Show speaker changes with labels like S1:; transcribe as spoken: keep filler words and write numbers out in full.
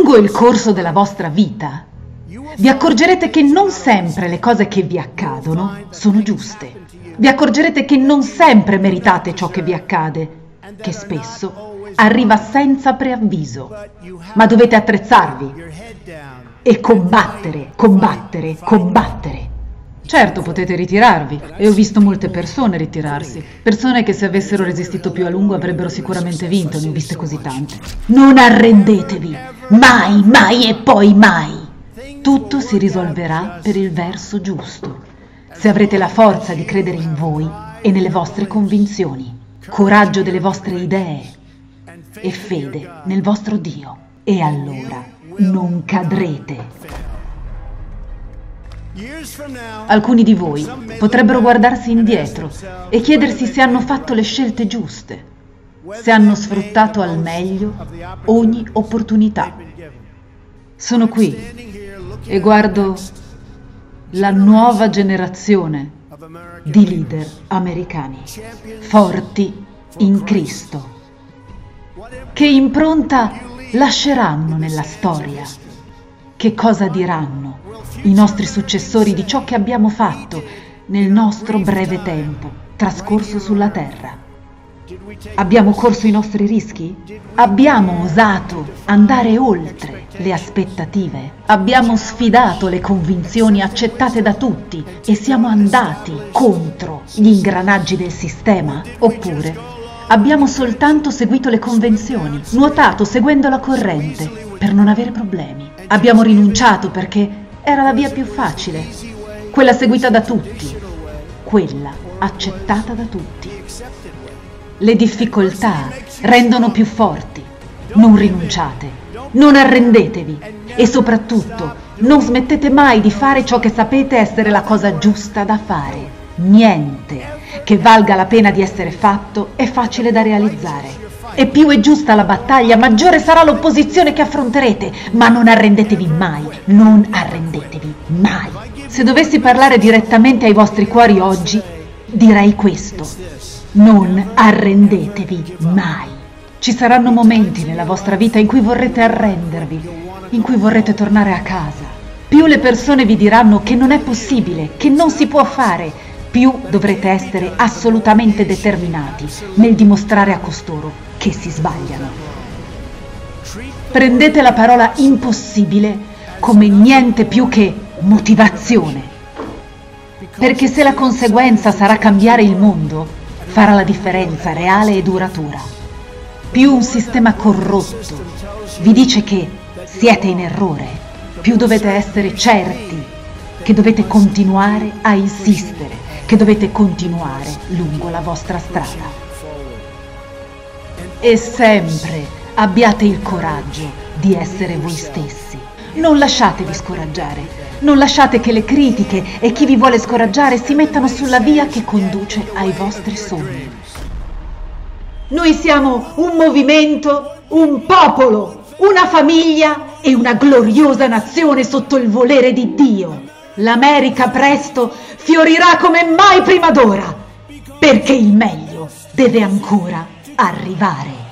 S1: Lungo il corso della vostra vita vi accorgerete che non sempre le cose che vi accadono sono giuste. Vi accorgerete che non sempre meritate ciò che vi accade, che spesso arriva senza preavviso, ma dovete attrezzarvi e combattere, combattere, combattere. Certo, potete ritirarvi, e ho visto molte persone ritirarsi, persone che se avessero resistito più a lungo avrebbero sicuramente vinto, ne ho viste così tante. Non arrendetevi, mai, mai e poi mai. Tutto si risolverà per il verso giusto, se avrete la forza di credere in voi e nelle vostre convinzioni, coraggio delle vostre idee e fede nel vostro Dio, e allora non cadrete. Alcuni di voi potrebbero guardarsi indietro e chiedersi se hanno fatto le scelte giuste, se hanno sfruttato al meglio ogni opportunità. Sono qui e guardo la nuova generazione di leader americani, forti in Cristo. Che impronta lasceranno nella storia? Che cosa diranno i nostri successori di ciò che abbiamo fatto nel nostro breve tempo trascorso sulla terra? Abbiamo corso i nostri rischi? Abbiamo osato andare oltre le aspettative? Abbiamo sfidato le convinzioni accettate da tutti e siamo andati contro gli ingranaggi del sistema? Oppure abbiamo soltanto seguito le convenzioni, nuotato seguendo la corrente per non avere problemi? Abbiamo rinunciato perché era la via più facile, quella seguita da tutti, quella accettata da tutti. Le difficoltà rendono più forti. Non rinunciate, non arrendetevi e soprattutto non smettete mai di fare ciò che sapete essere la cosa giusta da fare. Niente che valga la pena di essere fatto è facile da realizzare. E più è giusta la battaglia, maggiore sarà l'opposizione che affronterete, ma non arrendetevi mai, non arrendetevi mai. Se dovessi parlare direttamente ai vostri cuori oggi, direi questo: non arrendetevi mai. Ci saranno momenti nella vostra vita in cui vorrete arrendervi, in cui vorrete tornare a casa. Più le persone vi diranno che non è possibile, che non si può fare, più dovrete essere assolutamente determinati nel dimostrare a costoro che si sbagliano. Prendete la parola impossibile come niente più che motivazione, perché se la conseguenza sarà cambiare il mondo, farà la differenza reale e duratura. Più un sistema corrotto vi dice che siete in errore, più dovete essere certi che dovete continuare a insistere, che dovete continuare lungo la vostra strada. E sempre abbiate il coraggio di essere voi stessi. Non lasciatevi scoraggiare, non lasciate che le critiche e chi vi vuole scoraggiare si mettano sulla via che conduce ai vostri sogni. Noi siamo un movimento, un popolo, una famiglia e una gloriosa nazione sotto il volere di Dio. L'America presto fiorirà come mai prima d'ora, perché il meglio deve ancora arrivare.